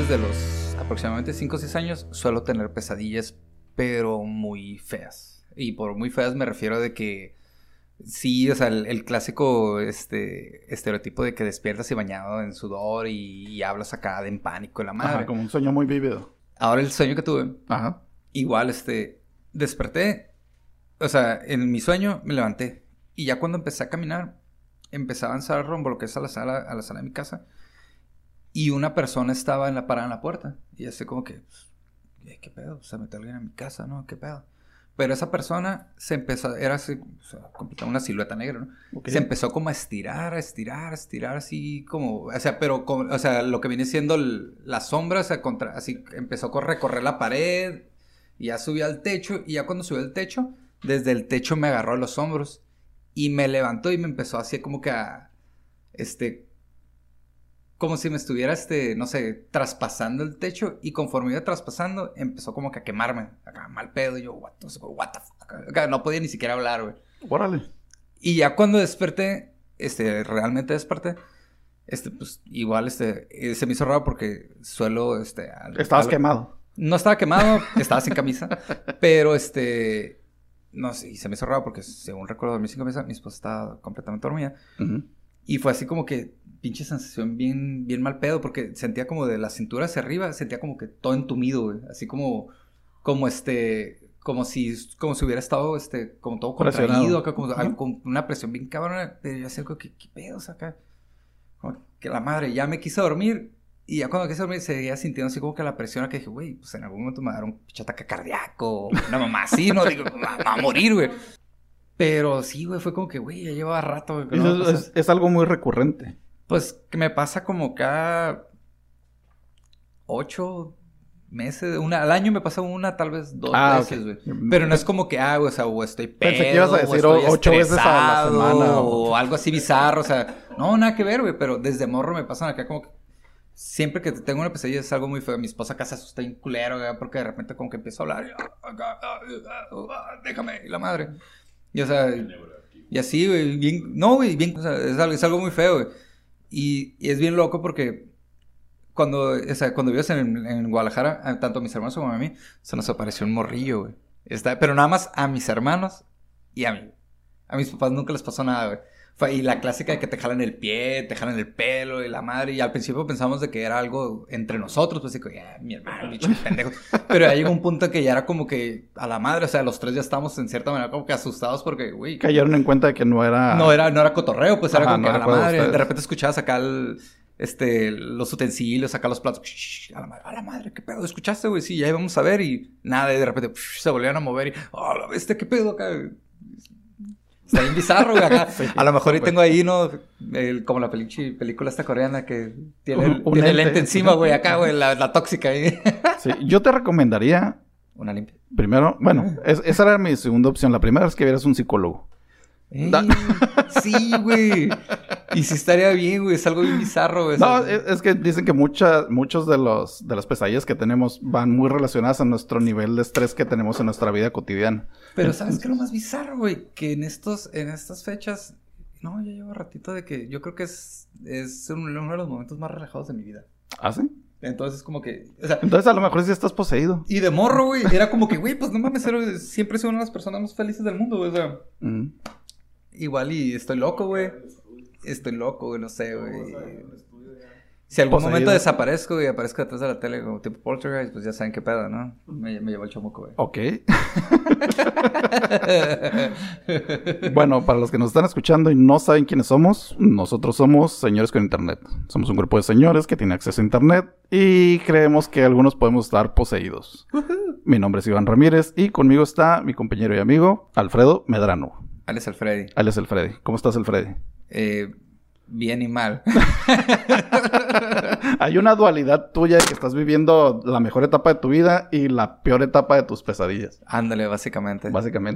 desde los aproximadamente 5 o 6 años suelo tener pesadillas, pero muy feas. Y por muy feas me refiero de que sí, o sea, el clásico estereotipo de que despiertas y bañado en sudor y hablas acá en pánico en la madre. Ajá, como un sueño muy vívido. Ahora el sueño que tuve, Ajá. igual desperté, o sea, en mi sueño me levanté y ya cuando empecé a caminar, empecé a avanzar rumbo a lo que es a la sala de mi casa y una persona estaba parada en la puerta y así como que, ¿qué pedo? O sea, metió alguien a mi casa, ¿no? ¿Qué pedo? Pero esa persona era así, o sea, una silueta negra, ¿no? Okay. Se empezó como a estirar, así como, o sea, pero, o sea, lo que viene siendo la sombra, o sea, así empezó a recorrer la pared, y ya subió al techo, y ya cuando subió al techo, desde el techo me agarró los hombros, y me levantó y me empezó así como que como si me estuviera, no sé, traspasando el techo. Y conforme iba traspasando, empezó como que a quemarme. Acá, mal pedo. Y yo, what the fuck. Acá, no podía ni siquiera hablar, güey. Órale. Y ya cuando desperté, realmente desperté, pues, igual, se me hizo raro porque suelo, Estabas quemado. No estaba quemado, estaba sin camisa. Pero, no sé, y se me hizo raro porque, según recuerdo dormir sin camisa, mi esposa estaba completamente dormida. Uh-huh. Y fue así como que pinche sensación bien, bien mal pedo, porque sentía como de la cintura hacia arriba, sentía como que todo entumido, güey. Así como si hubiera estado, como todo contraído, acá, con una presión bien cabrona. Pero yo así como que, ¿qué pedos acá? Como que la madre, ya me quise dormir, y ya cuando quise dormir seguía sintiendo así como que la presión, que dije, güey, pues en algún momento me va a dar un pinche ataque cardíaco, una mamá así, ¿no? Digo, me va a morir, güey. Pero sí, güey, fue como que, güey, ya llevaba rato, güey. Es algo muy recurrente. Pues que me pasa como cada 8 meses, al año me pasa una, tal vez 2 veces, güey. Okay. Pero no es como que, güey, o sea, o estoy pedo, pensé que ibas a decir 8 veces a la semana. O algo así bizarro, o sea, no, nada que ver, güey, pero desde morro me pasan acá como que siempre que tengo una pesadilla es algo muy feo. Mi esposa acá se asusta bien culero, güey, porque de repente como que empiezo a hablar, déjame, y la madre. Y o sea, y así, güey, bien, no, güey, bien, o sea, es algo muy feo, güey. Y es bien loco porque cuando vives en Guadalajara, tanto a mis hermanos como a mí, se nos apareció un morrillo, güey. Pero nada más a mis hermanos y a mí. A mis papás nunca les pasó nada, güey. Y la clásica de que te jalan el pie, te jalan el pelo y la madre. Y al principio pensamos de que era algo entre nosotros. Pues digo, mi hermano, bicho, pendejo. Pero ya llegó un punto en que ya era como que a la madre. O sea, los tres ya estábamos en cierta manera como que asustados porque, güey. Cayeron en cuenta de que no era... No era cotorreo, pues. Ajá, era como que a la madre. Ustedes. De repente escuchabas acá los utensilios, acá los platos. A la madre, ¿qué pedo? ¿Escuchaste, güey? Sí, ya íbamos a ver y nada. Y de repente se volvieron a mover y... la bestia, ¿qué pedo acá? Está bien bizarro, güey, acá. Sí, a lo mejor ahí tengo ahí, ¿no? Como la película esta coreana que tiene el lente encima, güey, acá, güey, la tóxica ahí. Sí, yo te recomendaría... Una limpia. Primero, bueno, esa era mi segunda opción. La primera es que vieras un psicólogo. Sí, güey. Y sí estaría bien, güey. Es algo bien bizarro, güey. No, es que dicen que muchos de las pesadillas que tenemos van muy relacionadas a nuestro nivel de estrés que tenemos en nuestra vida cotidiana. Pero ¿sabes qué es lo más bizarro, güey? Que en estas fechas... No, ya llevo ratito de que... Yo creo que es uno de los momentos más relajados de mi vida. ¿Ah, sí? Entonces, como que... O sea, entonces, a lo mejor sí estás poseído. Y de morro, güey. Era como que, güey, pues no mames, siempre he sido una de las personas más felices del mundo, güey. O sea... Igual y estoy loco, güey. No sé, güey. Si algún momento desaparezco y aparezco detrás de la tele como tipo Poltergeist, pues ya saben qué pedo, ¿no? Me llevó el chamuco, güey. Ok. Bueno, para los que nos están escuchando y no saben quiénes somos, nosotros somos Señores con Internet. Somos un grupo de señores que tiene acceso a Internet y creemos que algunos podemos estar poseídos. Mi nombre es Iván Ramírez y conmigo está mi compañero y amigo Alfredo Medrano. Alias el Freddy. Alias el Freddy. ¿Cómo estás, el Freddy? Bien y mal. Hay una dualidad tuya de que estás viviendo la mejor etapa de tu vida y la peor etapa de tus pesadillas. Ándale, básicamente.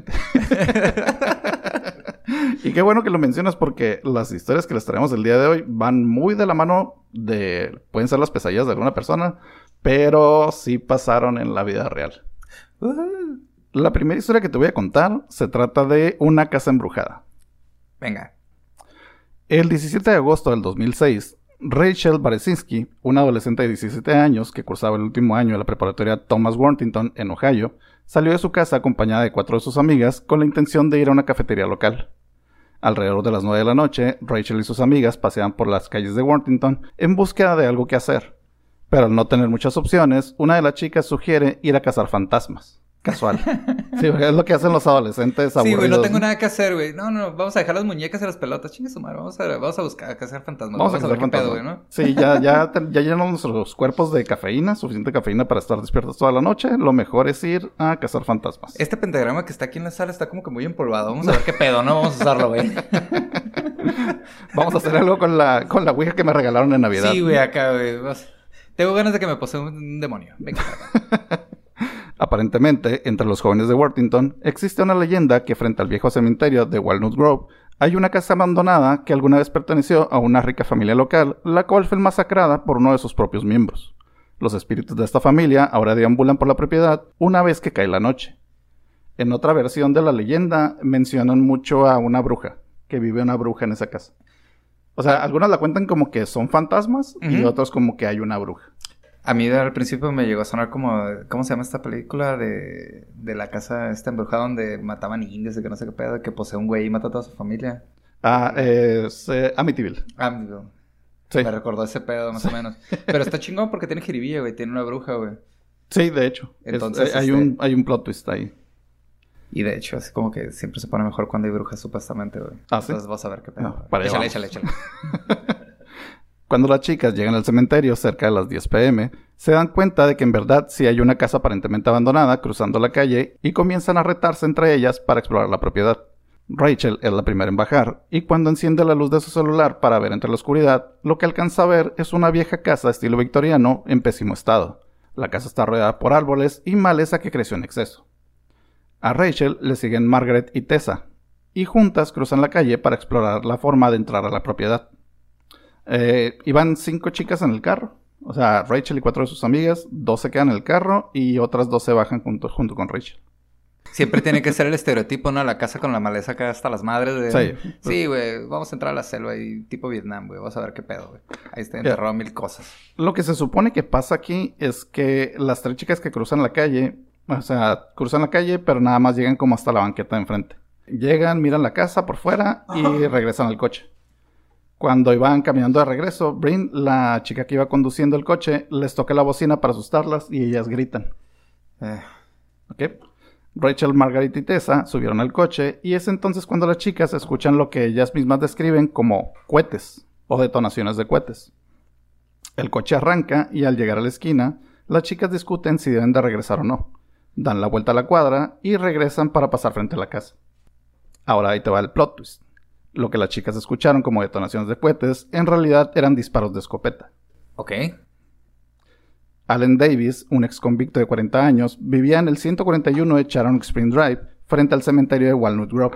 Y qué bueno que lo mencionas porque las historias que les traemos el día de hoy van muy de la mano de... Pueden ser las pesadillas de alguna persona, pero sí pasaron en la vida real. La primera historia que te voy a contar se trata de una casa embrujada. Venga. El 17 de agosto del 2006 Rachel Baresinski, una adolescente de 17 años que cursaba el último año de la preparatoria Thomas Worthington en Ohio, salió de su casa acompañada de 4 de sus amigas con la intención de ir a una cafetería local. Alrededor de las 9 de la noche, Rachel y sus amigas paseaban por las calles de Worthington en búsqueda de algo que hacer. Pero al no tener muchas opciones, una de las chicas sugiere ir a cazar fantasmas. Casual. Sí, es lo que hacen los adolescentes aburridos. Sí, güey, no tengo nada que hacer, güey. No, vamos a dejar las muñecas y las pelotas. Chingue su madre, vamos a buscar, a cazar fantasmas. Vamos a ver qué fantasmas. pedo, güey, ¿no? Sí, ya llenamos nuestros cuerpos de cafeína, suficiente cafeína para estar despiertos toda la noche. Lo mejor es ir a cazar fantasmas. Este pentagrama que está aquí en la sala está como que muy empolvado. Vamos a ver qué pedo, ¿no? Vamos a usarlo, güey. Vamos a hacer algo con la ouija que me regalaron en Navidad. Sí, güey, acá, güey. Tengo ganas de que me posee un demonio. Venga, Aparentemente, entre los jóvenes de Worthington, existe una leyenda que frente al viejo cementerio de Walnut Grove hay una casa abandonada que alguna vez perteneció a una rica familia local, la cual fue masacrada por uno de sus propios miembros. Los espíritus de esta familia ahora deambulan por la propiedad una vez que cae la noche. En otra versión de la leyenda mencionan mucho a una bruja, que vive una bruja en esa casa. O sea, algunos la cuentan como que son fantasmas y otros como que hay una bruja. A mí al principio me llegó a sonar como... ¿Cómo se llama esta película? De la casa esta embrujada donde mataban indios y que no sé qué pedo. Que posee un güey y mata a toda su familia. Es Amityville. Amityville. Sí. Me recordó ese pedo más o menos. Pero está chingón porque tiene jiribilla, güey. Tiene una bruja, güey. Sí, de hecho. Entonces, hay un plot twist ahí. Y de hecho, es como que siempre se pone mejor cuando hay brujas, supuestamente, güey. ¿Ah, sí? Entonces vas a ver qué pedo. No, para échale. Cuando las chicas llegan al cementerio cerca de las 10 p.m., se dan cuenta de que en verdad sí hay una casa aparentemente abandonada cruzando la calle y comienzan a retarse entre ellas para explorar la propiedad. Rachel es la primera en bajar y cuando enciende la luz de su celular para ver entre la oscuridad, lo que alcanza a ver es una vieja casa estilo victoriano en pésimo estado. La casa está rodeada por árboles y maleza que creció en exceso. A Rachel le siguen Margaret y Tessa, y juntas cruzan la calle para explorar la forma de entrar a la propiedad. Iban 5 chicas en el carro, o sea, Rachel y 4 de sus amigas, 2 se quedan en el carro y otras 2 se bajan junto con Rachel. Siempre tiene que ser el estereotipo, ¿no? La casa con la maleza acá hasta las madres de... Sí. Sí, güey, vamos a entrar a la selva y tipo Vietnam, güey, vamos a ver qué pedo, güey. Ahí está enterrado 1000 cosas. Lo que se supone que pasa aquí es que las 3 chicas que cruzan la calle, o sea, cruzan la calle pero nada más llegan como hasta la banqueta de enfrente. Llegan, miran la casa por fuera y regresan al coche. Cuando iban caminando de regreso, Bryn, la chica que iba conduciendo el coche, les toca la bocina para asustarlas y ellas gritan. ¿Ok? Rachel, Margaret y Tessa subieron al coche y es entonces cuando las chicas escuchan lo que ellas mismas describen como cohetes o detonaciones de cohetes. El coche arranca y al llegar a la esquina, las chicas discuten si deben de regresar o no. Dan la vuelta a la cuadra y regresan para pasar frente a la casa. Ahora ahí te va el plot twist. Lo que las chicas escucharon como detonaciones de cohetes, en realidad eran disparos de escopeta. Ok. Allen Davis, un ex convicto de 40 años, vivía en el 141 de Charon Spring Drive, frente al cementerio de Walnut Grove.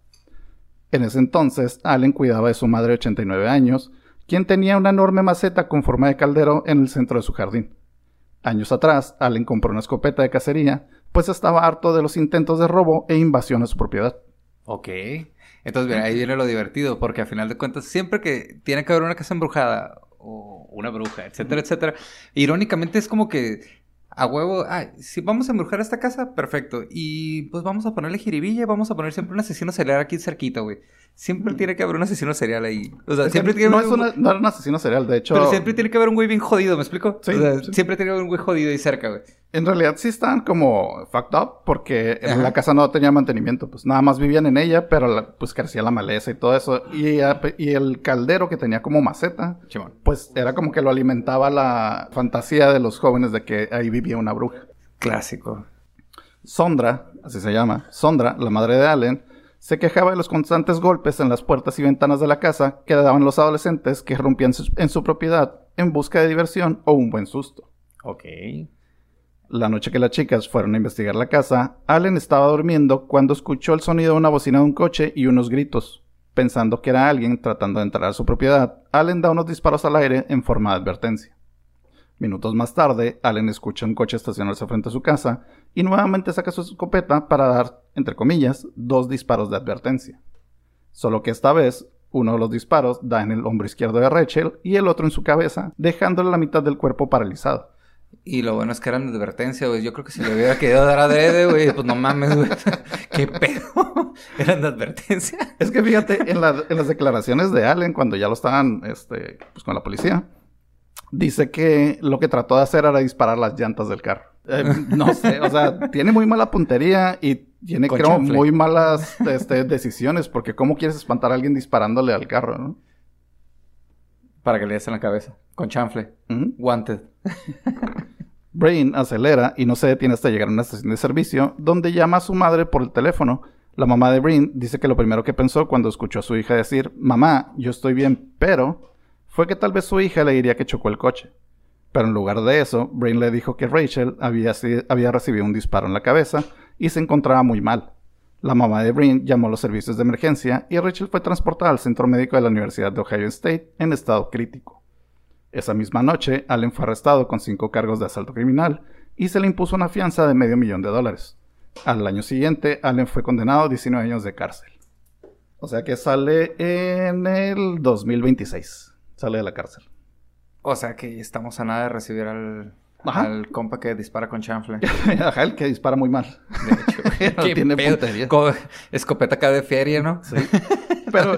En ese entonces, Allen cuidaba de su madre de 89 años, quien tenía una enorme maceta con forma de caldero en el centro de su jardín. Años atrás, Allen compró una escopeta de cacería, pues estaba harto de los intentos de robo e invasión a su propiedad. Ok. Entonces, mira, ahí viene lo divertido, porque al final de cuentas, siempre que tiene que haber una casa embrujada o una bruja, etcétera, etcétera, irónicamente es como que a huevo, si vamos a embrujar esta casa, perfecto, y pues vamos a ponerle jiribilla y vamos a poner siempre un asesino serial aquí cerquita, güey. Siempre tiene que haber un asesino serial ahí. O sea, siempre tiene que haber no era un asesino serial, de hecho... Pero siempre tiene que haber un güey bien jodido, ¿me explico? Sí, o sea, sí. Siempre tiene que haber un güey jodido ahí cerca, güey. En realidad sí estaban como fucked up porque la casa no tenía mantenimiento. Pues nada más vivían en ella, pero pues crecía la maleza y todo eso. Y el caldero que tenía como maceta, Chimón. pues era como que lo alimentaba la fantasía de los jóvenes de que ahí vivía una bruja. Clásico. Sondra, así se llama, Sondra, la madre de Allen, se quejaba de los constantes golpes en las puertas y ventanas de la casa que daban los adolescentes que rompían en su propiedad en busca de diversión o un buen susto. Ok. La noche que las chicas fueron a investigar la casa, Allen estaba durmiendo cuando escuchó el sonido de una bocina de un coche y unos gritos. Pensando que era alguien tratando de entrar a su propiedad, Allen da unos disparos al aire en forma de advertencia. Minutos más tarde, Allen escucha un coche estacionarse frente a su casa y nuevamente saca su escopeta para dar, entre comillas, 2 disparos de advertencia. Solo que esta vez, Uno de los disparos da en el hombro izquierdo de Rachel y el otro en su cabeza, dejándole la mitad del cuerpo paralizado. Y lo bueno es que eran de advertencia, güey. Yo creo que si le hubiera querido dar adrede, güey, pues no mames, güey. ¿Qué pedo? Eran de advertencia. Es que fíjate, en las declaraciones de Allen, cuando ya lo estaban, pues con la policía, dice que lo que trató de hacer era disparar las llantas del carro. No sé, o sea, tiene muy mala puntería y tiene, Con creo, chanfle. muy malas decisiones, porque ¿cómo quieres espantar a alguien disparándole al carro, no? Para que le des en la cabeza. Con chanfle. Ujú. Wanted. Brain acelera y no se detiene hasta llegar a una estación de servicio, donde llama a su madre por el teléfono. La mamá de Brain dice que lo primero que pensó cuando escuchó a su hija decir, mamá, yo estoy bien, pero... fue que tal vez su hija le diría que chocó el coche. Pero en lugar de eso, Brain le dijo que Rachel había recibido un disparo en la cabeza y se encontraba muy mal. La mamá de Brain llamó a los servicios de emergencia y Rachel fue transportada al centro médico de la Universidad de Ohio State en estado crítico. Esa misma noche, Allen fue arrestado con 5 cargos de asalto criminal y se le impuso una fianza de $500,000. Al año siguiente, Allen fue condenado a 19 años de cárcel. O sea que sale en el 2026. Sale de la cárcel. O sea que estamos a nada de recibir al compa que dispara con chanfle. Ajá, el que dispara muy mal. De hecho, güey. No Qué tiene pedo. puntería. Escopeta acá de feria, ¿no? Sí. Pero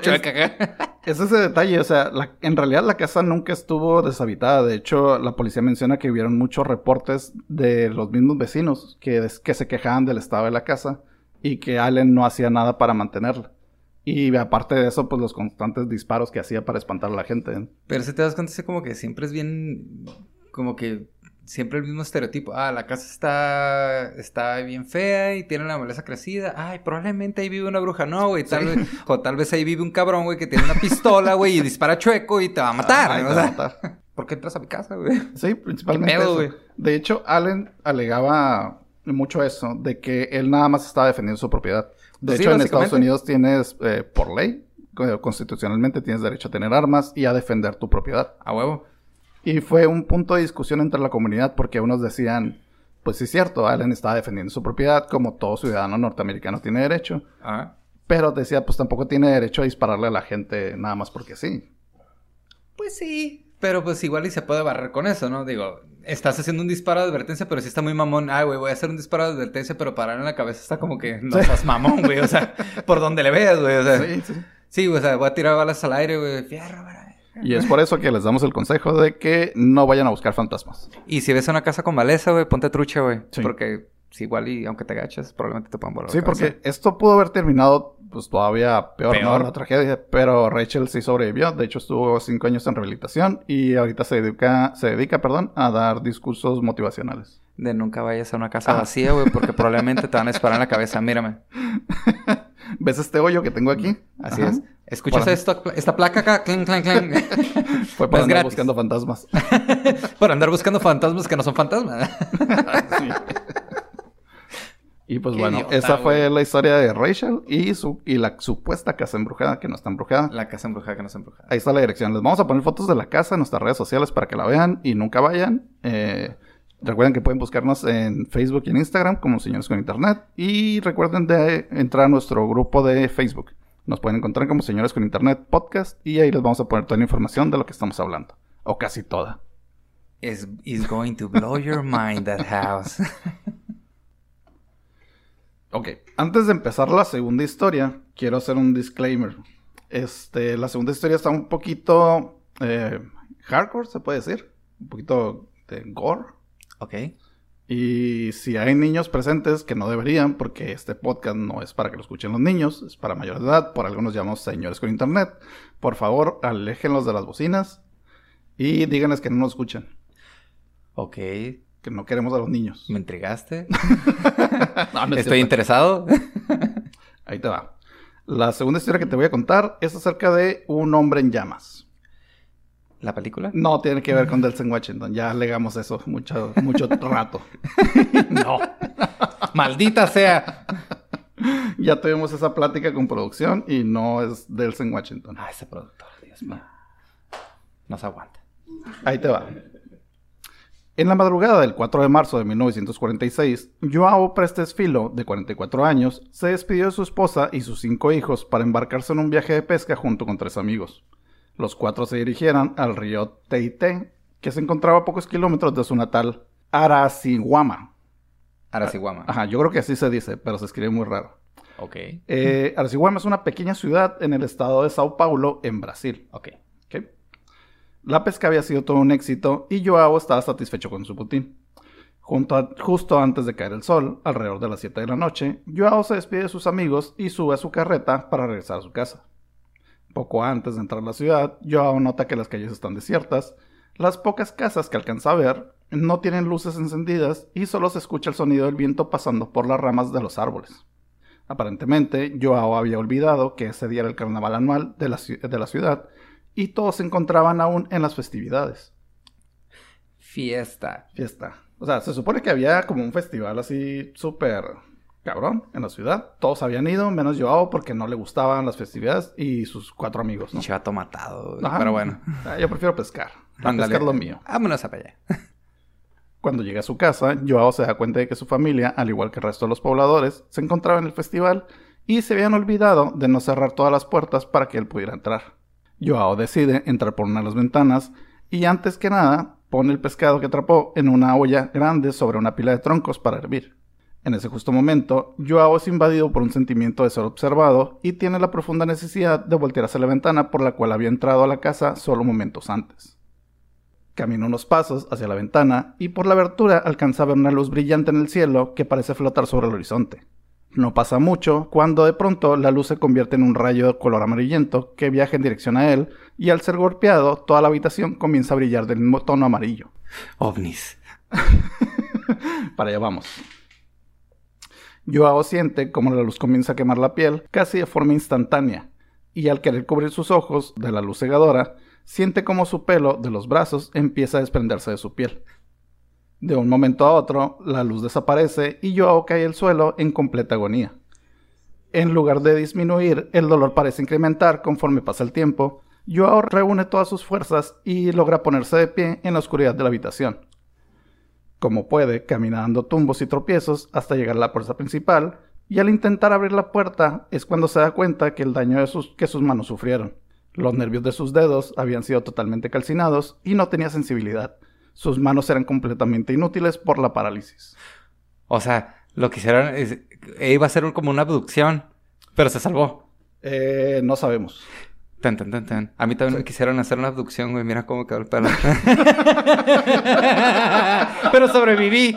es ese detalle, o sea, en realidad la casa nunca estuvo deshabitada. De hecho, la policía menciona que hubieron muchos reportes de los mismos vecinos que se quejaban del estado de la casa y que Allen no hacía nada para mantenerla. Y aparte de eso, pues los constantes disparos que hacía para espantar a la gente. Pero si te das cuenta, es como que siempre es bien... como que siempre el mismo estereotipo. Ah, la casa está bien fea y tiene la maleza crecida. Ay, probablemente ahí vive una bruja. No, güey. Tal vez ahí vive un cabrón, güey, que tiene una pistola, güey, y dispara chueco y te va a matar. Ay, ¿no? te va a matar. ¿Por qué entras a mi casa, güey? Sí, principalmente ¿Qué pedo, eso. güey? De hecho, Allen alegaba mucho eso, de que él nada más estaba defendiendo su propiedad. De Pues sí, hecho, en básicamente. Estados Unidos tienes, por ley, constitucionalmente tienes derecho a tener armas y a defender tu propiedad. A huevo. Y fue un punto de discusión entre la comunidad porque unos decían, pues sí es cierto, Allen estaba defendiendo su propiedad como todo ciudadano norteamericano tiene derecho. Ajá. Pero decía, pues tampoco tiene derecho a dispararle a la gente nada más porque sí. Pues sí. Pero pues igual y se puede barrer con eso, ¿no? Digo, estás haciendo un disparo de advertencia, pero sí está muy mamón. Ay, güey, voy a hacer un disparo de advertencia, pero parar en la cabeza está como que no estás mamón, güey. O sea, por donde le veas, güey. O sea, Sí. sí, o sea, voy a tirar balas al aire, güey. Fierro, güey. Y es por eso que les damos el consejo de que no vayan a buscar fantasmas. Y si ves una casa con maleza, güey, ponte trucha, güey. Sí. Porque si igual y aunque te agaches, probablemente te puedan volar Sí, la cabeza. porque esto pudo haber terminado pues todavía peor, ¿no? Peor. La tragedia. Pero Rachel sí sobrevivió. De hecho, estuvo 5 años en rehabilitación y ahorita se dedica, a dar discursos motivacionales. De nunca vayas a una casa vacía, güey, porque probablemente te van a disparar en la cabeza. Mírame. ¿Ves este hoyo que tengo aquí? Así Ajá. es. ¿Escuchas Para- esta placa acá? Clink, clink, clink. Fue No para es andar gratis. buscando fantasmas. Por andar buscando fantasmas que no son fantasmas. Sí. Y pues Qué bueno, idiota, esa fue güey. la historia de Rachel y la supuesta casa embrujada que no está embrujada. La casa embrujada que no es embrujada. Ahí está la dirección. Les vamos a poner fotos de la casa en nuestras redes sociales para que la vean y nunca vayan. Recuerden que pueden buscarnos en Facebook y en Instagram como Señores con Internet. Y recuerden de entrar a nuestro grupo de Facebook. Nos pueden encontrar como Señores con Internet Podcast y ahí les vamos a poner toda la información de lo que estamos hablando. O casi toda. Is going to blow your mind, that house. Ok, antes de empezar la segunda historia, quiero hacer un disclaimer. La segunda historia está un poquito hardcore, se puede decir. Un poquito de gore. Ok. Y si hay niños presentes, que no deberían, porque este podcast no es para que lo escuchen los niños, es para mayores de edad, por algo nos llamamos Señores con Internet. Por favor, aléjenlos de las bocinas y díganles que no nos escuchan, Ok. que no queremos a los niños. ¿Me intrigaste? No es Estoy cierto. interesado. Ahí te va. La segunda historia que te voy a contar es acerca de un hombre en llamas. ¿La película? No tiene que ver con Denzel Washington, ya alegamos eso mucho rato. No. Maldita sea. Ya tuvimos esa plática con producción y no es Denzel Washington. Ah, ese productor, Dios mío. No se aguanta. Ahí te va. En la madrugada del 4 de marzo de 1946, Joao Prestes Filo, de 44 años, se despidió de su esposa y sus 5 hijos para embarcarse en un viaje de pesca junto con 3 amigos. Los 4 se dirigieron al río Teité, que se encontraba a pocos kilómetros de su natal Aracihuama. Aracihuama. Ajá, yo creo que así se dice, pero se escribe muy raro. Ok. Aracihuama es una pequeña ciudad en el estado de Sao Paulo, en Brasil. Ok. La pesca había sido todo un éxito y Joao estaba satisfecho con su botín. Justo antes de caer el sol, alrededor de las 7 de la noche, Joao se despide de sus amigos y sube a su carreta para regresar a su casa. Poco antes de entrar a la ciudad, Joao nota que las calles están desiertas, las pocas casas que alcanza a ver no tienen luces encendidas y solo se escucha el sonido del viento pasando por las ramas de los árboles. Aparentemente, Joao había olvidado que ese día era el carnaval anual de la ciudad y todos se encontraban aún en las festividades. Fiesta. O sea, se supone que había como un festival así súper cabrón en la ciudad. Todos habían ido, menos Joao, porque no le gustaban las festividades y sus 4 amigos, ¿no? Chivato matado. Ajá. Pero bueno. Yo prefiero pescar. Ándale. Pescar es lo mío. Vámonos a allá. Cuando llega a su casa, Joao se da cuenta de que su familia, al igual que el resto de los pobladores, se encontraba en el festival y se habían olvidado de no cerrar todas las puertas para que él pudiera entrar. Joao decide entrar por una de las ventanas y antes que nada pone el pescado que atrapó en una olla grande sobre una pila de troncos para hervir. En ese justo momento, Joao es invadido por un sentimiento de ser observado y tiene la profunda necesidad de voltear hacia la ventana por la cual había entrado a la casa solo momentos antes. Camina unos pasos hacia la ventana y por la abertura alcanza a ver una luz brillante en el cielo que parece flotar sobre el horizonte. No pasa mucho cuando de pronto la luz se convierte en un rayo de color amarillento que viaja en dirección a él y al ser golpeado toda la habitación comienza a brillar del mismo tono amarillo. OVNIs. Para allá vamos. Joao siente como la luz comienza a quemar la piel casi de forma instantánea y al querer cubrir sus ojos de la luz cegadora siente como su pelo de los brazos empieza a desprenderse de su piel. De un momento a otro, la luz desaparece y Joao cae al suelo en completa agonía. En lugar de disminuir, el dolor parece incrementar conforme pasa el tiempo. Joao reúne todas sus fuerzas y logra ponerse de pie en la oscuridad de la habitación. Como puede, camina dando tumbos y tropiezos hasta llegar a la puerta principal, y al intentar abrir la puerta es cuando se da cuenta que el daño que sus manos sufrieron. Los nervios de sus dedos habían sido totalmente calcinados y no tenía sensibilidad. Sus manos eran completamente inútiles por la parálisis. O sea, lo que hicieron iba a ser como una abducción, pero se salvó. No sabemos. Tan. A mí también me quisieron hacer una abducción, güey. Mira cómo quedó el pelo. Pero sobreviví.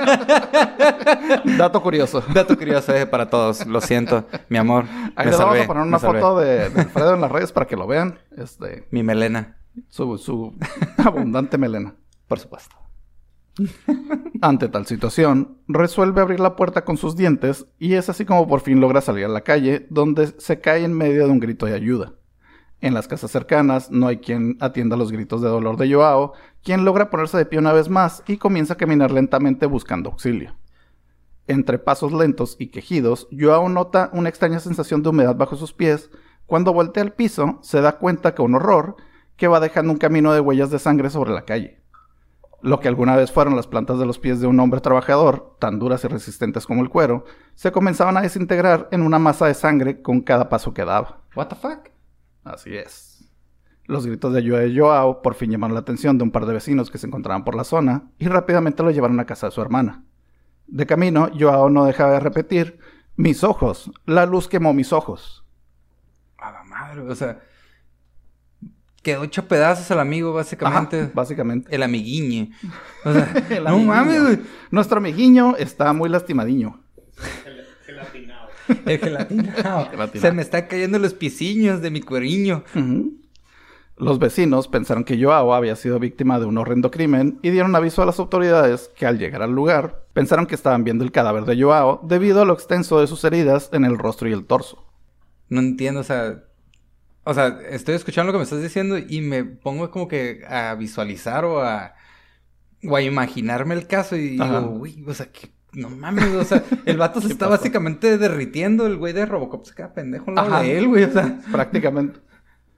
Dato curioso. Dato curioso para todos. Lo siento, mi amor. Ahí les vamos a poner una foto de Alfredo en las redes para que lo vean. Mi melena. Su abundante melena. Por supuesto. Ante tal situación, resuelve abrir la puerta con sus dientes y es así como por fin logra salir a la calle, donde se cae en medio de un grito de ayuda. En las casas cercanas no hay quien atienda los gritos de dolor de Joao, quien logra ponerse de pie una vez más y comienza a caminar lentamente buscando auxilio. Entre pasos lentos y quejidos, Joao nota una extraña sensación de humedad bajo sus pies. Cuando voltea al piso, se da cuenta que un horror que va dejando un camino de huellas de sangre sobre la calle. Lo que alguna vez fueron las plantas de los pies de un hombre trabajador, tan duras y resistentes como el cuero, se comenzaban a desintegrar en una masa de sangre con cada paso que daba. What the fuck? Así es. Los gritos de ayuda de Joao por fin llamaron la atención de un par de vecinos que se encontraban por la zona y rápidamente lo llevaron a casa de su hermana. De camino, Joao no dejaba de repetir: «Mis ojos, la luz quemó mis ojos». A la madre, o sea... Quedó hecho pedazos el amigo, básicamente. Ajá, básicamente. El amiguiñe. O sea, el no amiguiño. Mames, güey. Nuestro amiguiño está muy lastimadiño. Gelatinado. El gelatinado. Se me están cayendo los pieciños de mi cueriño. Los vecinos pensaron que Joao había sido víctima de un horrendo crimen y dieron aviso a las autoridades que al llegar al lugar pensaron que estaban viendo el cadáver de Joao debido a lo extenso de sus heridas en el rostro y el torso. No entiendo, o sea, estoy escuchando lo que me estás diciendo y me pongo como que a visualizar o a imaginarme el caso y digo, güey, o sea, que no mames, o sea, el vato se está básicamente derritiendo, el güey de Robocop se queda pendejo al lado de él, güey, o sea. Prácticamente.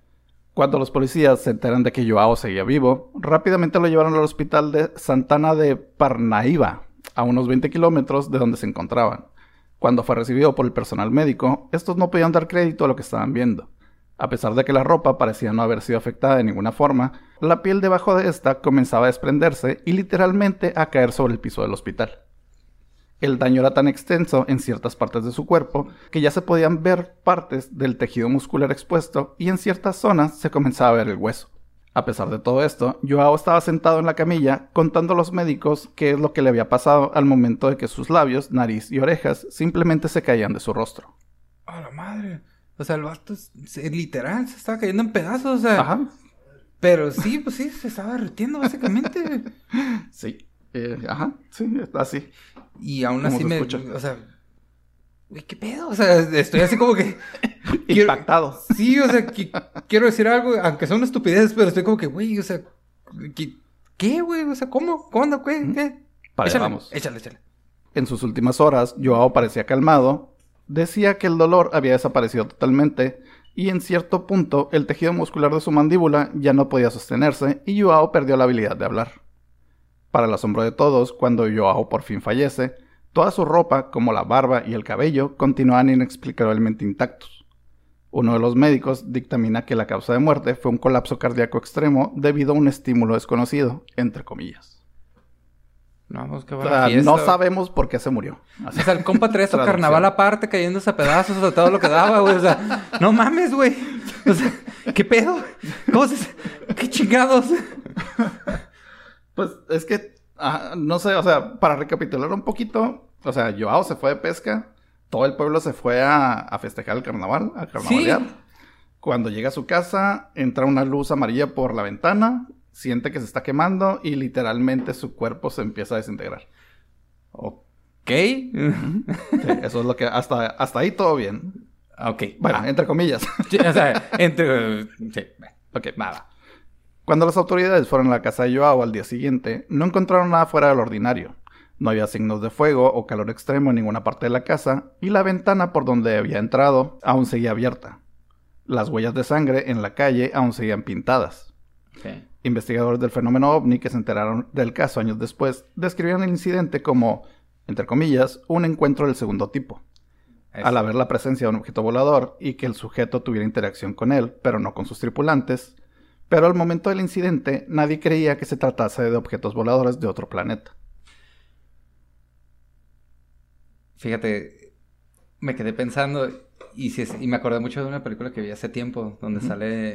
Cuando los policías se enteran de que Joao seguía vivo, rápidamente lo llevaron al hospital de Santana de Parnaíba, a unos 20 kilómetros de donde se encontraban. Cuando fue recibido por el personal médico, estos no podían dar crédito a lo que estaban viendo. A pesar de que la ropa parecía no haber sido afectada de ninguna forma, la piel debajo de esta comenzaba a desprenderse y literalmente a caer sobre el piso del hospital. El daño era tan extenso en ciertas partes de su cuerpo que ya se podían ver partes del tejido muscular expuesto y en ciertas zonas se comenzaba a ver el hueso. A pesar de todo esto, Joao estaba sentado en la camilla contando a los médicos qué es lo que le había pasado al momento de que sus labios, nariz y orejas simplemente se caían de su rostro. ¡A la madre! O sea, el vato literal se estaba cayendo en pedazos, o sea... Ajá. Pero sí, pues sí, se estaba derritiendo básicamente. Sí. Ajá, sí, así. Y aún así me... O sea... Güey, ¿qué pedo? O sea, estoy así como que... Impactado. Sí, o sea, quiero decir algo, aunque sea una estupidez, pero estoy como que, güey, o sea... ¿Qué, güey? O sea, ¿cómo? ¿Cuándo, güey? ¿Qué? Vamos. Échale. En sus últimas horas, Joao parecía calmado. Decía que el dolor había desaparecido totalmente y en cierto punto el tejido muscular de su mandíbula ya no podía sostenerse y Joao perdió la habilidad de hablar. Para el asombro de todos, cuando Joao por fin fallece, toda su ropa, como la barba y el cabello, continúan inexplicablemente intactos. Uno de los médicos dictamina que la causa de muerte fue un colapso cardíaco extremo debido a un estímulo desconocido, entre comillas. No, pues qué buena fiesta. No sabemos por qué se murió. Así. O sea, el compa traía su carnaval aparte, cayéndose a pedazos de todo lo que daba, güey. O sea, no mames, güey. O sea, ¿qué pedo? ¿Qué chingados? Pues es que, no sé, o sea, para recapitular un poquito, o sea, Joao se fue de pesca, todo el pueblo se fue a festejar el carnaval, a carnavalear. Sí. Cuando llega a su casa, entra una luz amarilla por la ventana, siente que se está quemando y literalmente su cuerpo se empieza a desintegrar. Ok. Sí, eso es lo que... Hasta ahí todo bien. Ok. Bueno, entre comillas. Sí, o sea, sí. Ok, nada. Cuando las autoridades fueron a la casa de Joao al día siguiente, no encontraron nada fuera del ordinario. No había signos de fuego o calor extremo en ninguna parte de la casa y la ventana por donde había entrado aún seguía abierta. Las huellas de sangre en la calle aún seguían pintadas. Okay. Investigadores del fenómeno OVNI que se enteraron del caso años después describieron el incidente como, entre comillas, un encuentro del segundo tipo. Eso. Al haber la presencia de un objeto volador y que el sujeto tuviera interacción con él, pero no con sus tripulantes, pero al momento del incidente nadie creía que se tratase de objetos voladores de otro planeta. Fíjate, me quedé pensando y me acordé mucho de una película que vi hace tiempo donde sale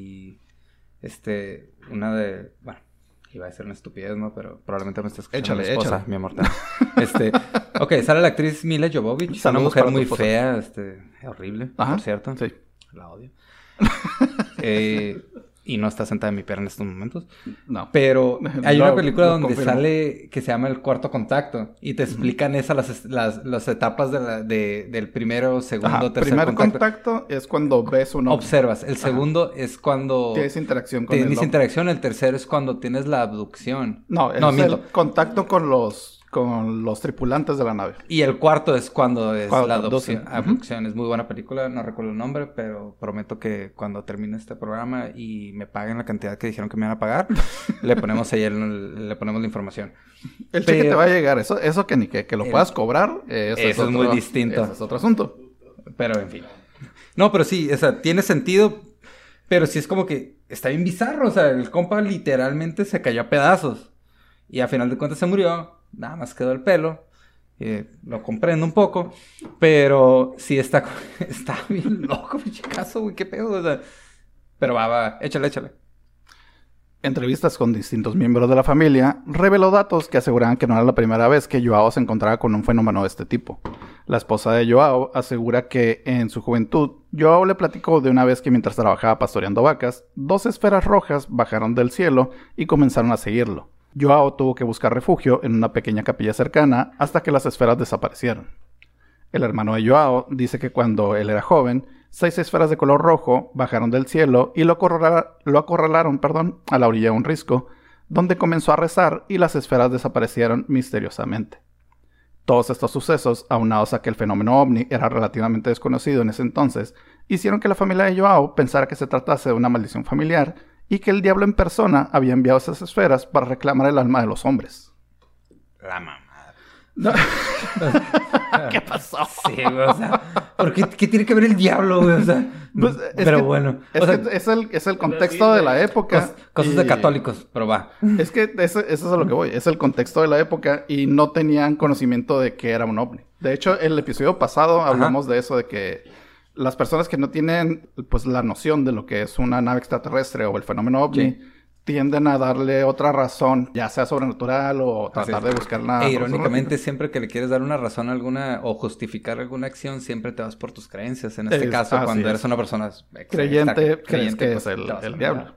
una de... Bueno, iba a ser una estupidez, ¿no? Pero probablemente me está escuchando mi esposa, mi amor. Ok, sale la actriz Mila Jovovich, una mujer muy fea, horrible, por cierto. Sí. La odio. Y no está sentada en mi pierna en estos momentos. No. Pero hay una película donde sale que se llama El Cuarto Contacto. Y te explican las etapas del primero, segundo, tercer contacto. Primer contacto es cuando ves uno. Observas. El segundo es cuando... Tienes interacción con él. Tienes interacción. El tercero es cuando tienes la abducción. No, es el contacto con los tripulantes de la nave. Y el cuarto es cuando es la abducción. Es muy buena película, no recuerdo el nombre, pero prometo que cuando termine este programa y me paguen la cantidad que dijeron que me van a pagar, le ponemos la información. El cheque te va a llegar, eso que ni que lo puedas cobrar, eso es muy distinto. Eso es otro asunto. Pero en fin. No, pero sí, o sea, tiene sentido, pero sí es como que está bien bizarro, o sea, el compa literalmente se cayó a pedazos y a final de cuentas se murió. Nada más quedó el pelo. Lo comprendo un poco. Pero sí está bien loco, pinche caso, güey. ¿Qué pedo? O sea, pero va. Échale. Entrevistas con distintos miembros de la familia reveló datos que aseguraban que no era la primera vez que Joao se encontraba con un fenómeno de este tipo. La esposa de Joao asegura que en su juventud, Joao le platicó de una vez que mientras trabajaba pastoreando vacas, 2 esferas rojas bajaron del cielo y comenzaron a seguirlo. Joao tuvo que buscar refugio en una pequeña capilla cercana hasta que las esferas desaparecieron. El hermano de Joao dice que cuando él era joven, 6 esferas de color rojo bajaron del cielo y lo acorralaron a la orilla de un risco, donde comenzó a rezar y las esferas desaparecieron misteriosamente. Todos estos sucesos, aunados a que el fenómeno OVNI era relativamente desconocido en ese entonces, hicieron que la familia de Joao pensara que se tratase de una maldición familiar y que el diablo en persona había enviado esas esferas para reclamar el alma de los hombres. La mamada. No. ¿Qué pasó? Sí, güey, o sea, ¿por qué tiene que ver el diablo, güey? O sea, pues pero bueno. Es el contexto de la época. Cosas de católicos, pero va. Es que eso es a lo que voy. Es el contexto de la época y no tenían conocimiento de que era un ovni. De hecho, el episodio pasado hablamos de eso, de que las personas que no tienen pues la noción de lo que es una nave extraterrestre o el fenómeno ovni tienden a darle otra razón, ya sea sobrenatural o tratar de buscarla. E irónicamente, siempre que le quieres dar una razón alguna o justificar alguna acción, siempre te vas por tus creencias. En este caso, cuando eres una persona creyente, crees que es el diablo.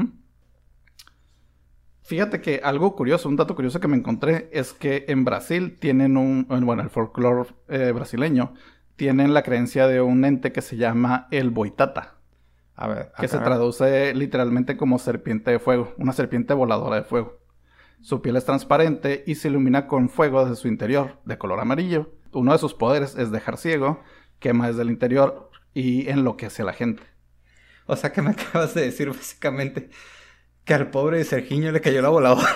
Fíjate que algo curioso, un dato curioso que me encontré es que en Brasil tienen el folclore brasileño tienen la creencia de un ente que se llama el boitata. A ver, que se traduce literalmente como serpiente de fuego, una serpiente voladora de fuego. Su piel es transparente y se ilumina con fuego desde su interior, de color amarillo. Uno de sus poderes es dejar ciego, quema desde el interior y enloquece a la gente. O sea que me acabas de decir básicamente que al pobre Sergiño le cayó la voladora.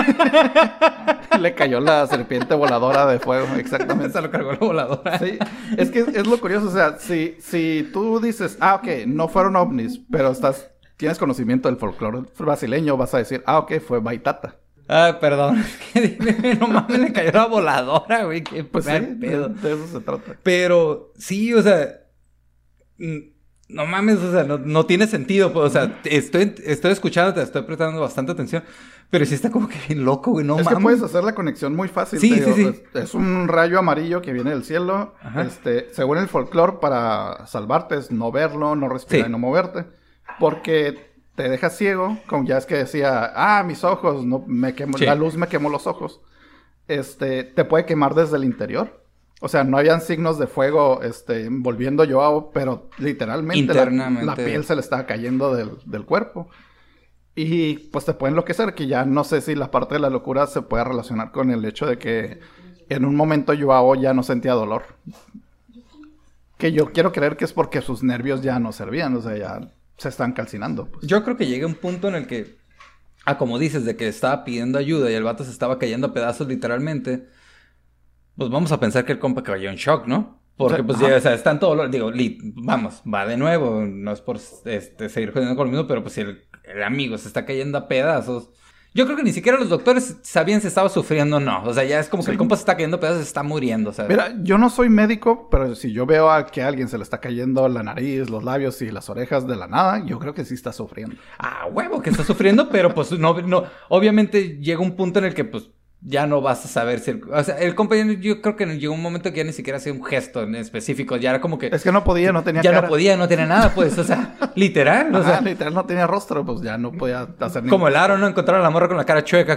Le cayó la serpiente voladora de fuego, exactamente. Se lo cargó la voladora. Sí, es que es lo curioso, o sea, si tú dices, ok, no fueron ovnis, pero tienes conocimiento del folclore brasileño, vas a decir, ok, fue Baitata. Ah, perdón. No mames, le cayó la voladora, güey. Qué pues sí, pedo. De eso se trata. Pero sí, o sea, no mames, o sea, no tiene sentido, pues, o sea, estoy escuchándote, estoy prestando bastante atención, pero sí está como que bien loco, güey, no mames. Es que puedes hacer la conexión muy fácil. Sí, sí. Es un rayo amarillo que viene del cielo. Ajá. Según el folclore, para salvarte es no verlo, no respirar y no moverte. Porque te deja ciego, como ya es que decía, mis ojos, no me quemo, la luz me quemó los ojos. Te puede quemar desde el interior. O sea, no habían signos de fuego envolviendo a Joao, pero literalmente internamente la piel se le estaba cayendo del cuerpo. Y pues te puede enloquecer, que ya no sé si la parte de la locura se puede relacionar con el hecho de que en un momento Joao ya no sentía dolor. Que yo quiero creer que es porque sus nervios ya no servían, o sea, ya se están calcinando. Pues. Yo creo que llega un punto en el que, como dices, de que estaba pidiendo ayuda y el vato se estaba cayendo a pedazos literalmente. Pues vamos a pensar que el compa cayó en shock, ¿no? Porque, o sea, está en todo lo... Digo, vamos, va de nuevo. No es por seguir jodiendo con lo mismo, pero pues si el amigo se está cayendo a pedazos... Yo creo que ni siquiera los doctores sabían si estaba sufriendo o no. O sea, ya es como que el compa se está cayendo a pedazos y se está muriendo, ¿sabes? Mira, yo no soy médico, pero si yo veo a que a alguien se le está cayendo la nariz, los labios y las orejas de la nada, yo creo que sí está sufriendo. Huevo que está sufriendo, pero pues no... Obviamente llega un punto en el que, pues... Ya no vas a saber si... O sea, el compañero, yo creo que llegó un momento que ya ni siquiera hacía un gesto en específico. Ya era como que... Es que no podía, no tenía ya cara. no podía, no tenía nada, pues. O sea, literal. O sea, literal no tenía rostro, pues ya no podía hacer nada. Como el Aro, ¿no? Encontraron a la morra con la cara chueca.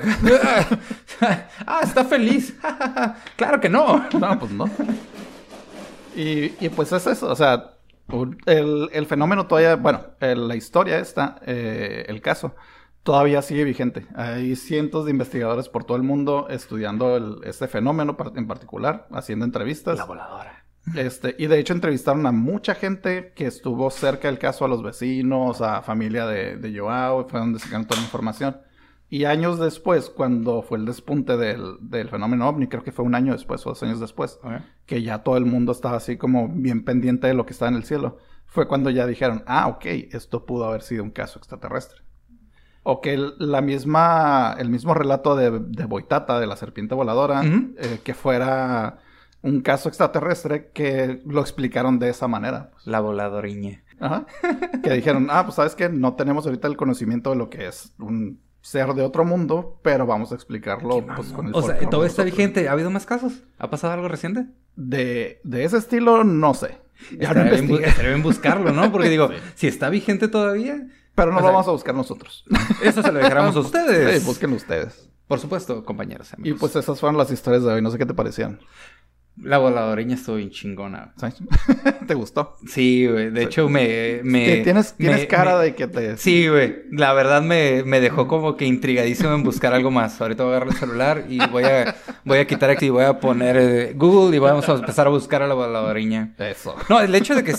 Está feliz. Claro que no. No, pues no. Y pues es eso, o sea... El fenómeno todavía... Bueno, la historia esta, el caso... Todavía sigue vigente. Hay cientos de investigadores por todo el mundo estudiando este fenómeno en particular, haciendo entrevistas. La voladora. Y de hecho entrevistaron a mucha gente que estuvo cerca del caso, a los vecinos, a familia de Joao, fue donde sacaron toda la información. Y años después, cuando fue el despunte del fenómeno OVNI, creo que fue un año después o 2 años después, que ya todo el mundo estaba así como bien pendiente de lo que estaba en el cielo, fue cuando ya dijeron, ok, esto pudo haber sido un caso extraterrestre. O que el mismo relato de Boitata, de la serpiente voladora, que fuera un caso extraterrestre, que lo explicaron de esa manera. Pues. La voladoriña. Ajá. Que dijeron, pues ¿sabes qué? No tenemos ahorita el conocimiento de lo que es un ser de otro mundo, pero vamos a explicarlo pues, con el... O sea, ¿todo está vigente? ¿Ha habido más casos? ¿Ha pasado algo reciente? De ese estilo, no sé. Ya no investigué. Estaría bien buscarlo, ¿no? Porque digo, si está vigente todavía... Pero no lo vamos a buscar nosotros. Eso se lo dejaremos a ustedes. Sí, búsquenlo ustedes. Por supuesto, compañeros, amigos. Y pues esas fueron las historias de hoy. No sé qué te parecían. La voladoreña estuvo bien chingona. ¿Sabes? ¿Te gustó? Sí, güey. De hecho, Tienes cara de que te... Sí, güey. La verdad me dejó como que intrigadísimo en buscar algo más. Ahorita voy a agarrar el celular y voy a quitar aquí, voy a poner Google y vamos a empezar a buscar a la voladoreña. Eso. No, el hecho de que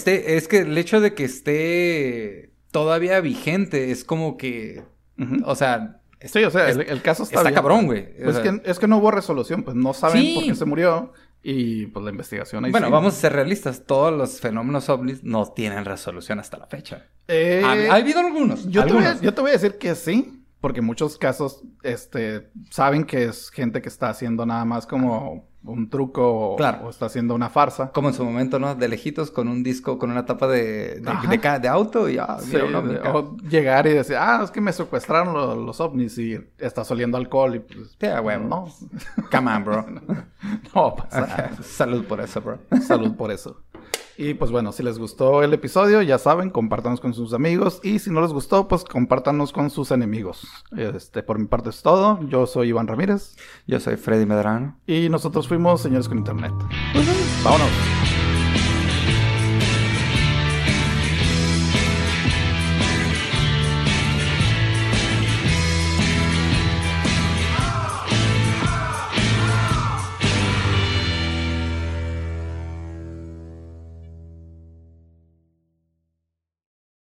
esté todavía vigente es como que... Uh-huh. O sea... Sí, o sea, el caso está bien. cabrón, güey. Pues es que no hubo resolución, pues no saben por qué se murió y pues la investigación ahí Bueno, vamos a ser realistas. Todos los fenómenos ovnis no tienen resolución hasta la fecha. Ha habido algunos. Yo te voy a decir que sí, porque en muchos casos saben que es gente que está haciendo nada más como un truco o está haciendo una farsa. Como en su momento, ¿no? De lejitos con un disco, con una tapa de auto y o llegar y decir, es que me secuestraron los ovnis y estás oliendo alcohol y pues... bueno. No. Come on, bro. No pasa. Salud por eso, bro. Salud por eso. Y pues bueno, si les gustó el episodio, ya saben, compártanos con sus amigos. Y si no les gustó, pues compártanos con sus enemigos. Por mi parte es todo. Yo soy Iván Ramírez. Yo soy Freddy Medrano. Y nosotros fuimos Señores con Internet. Vámonos.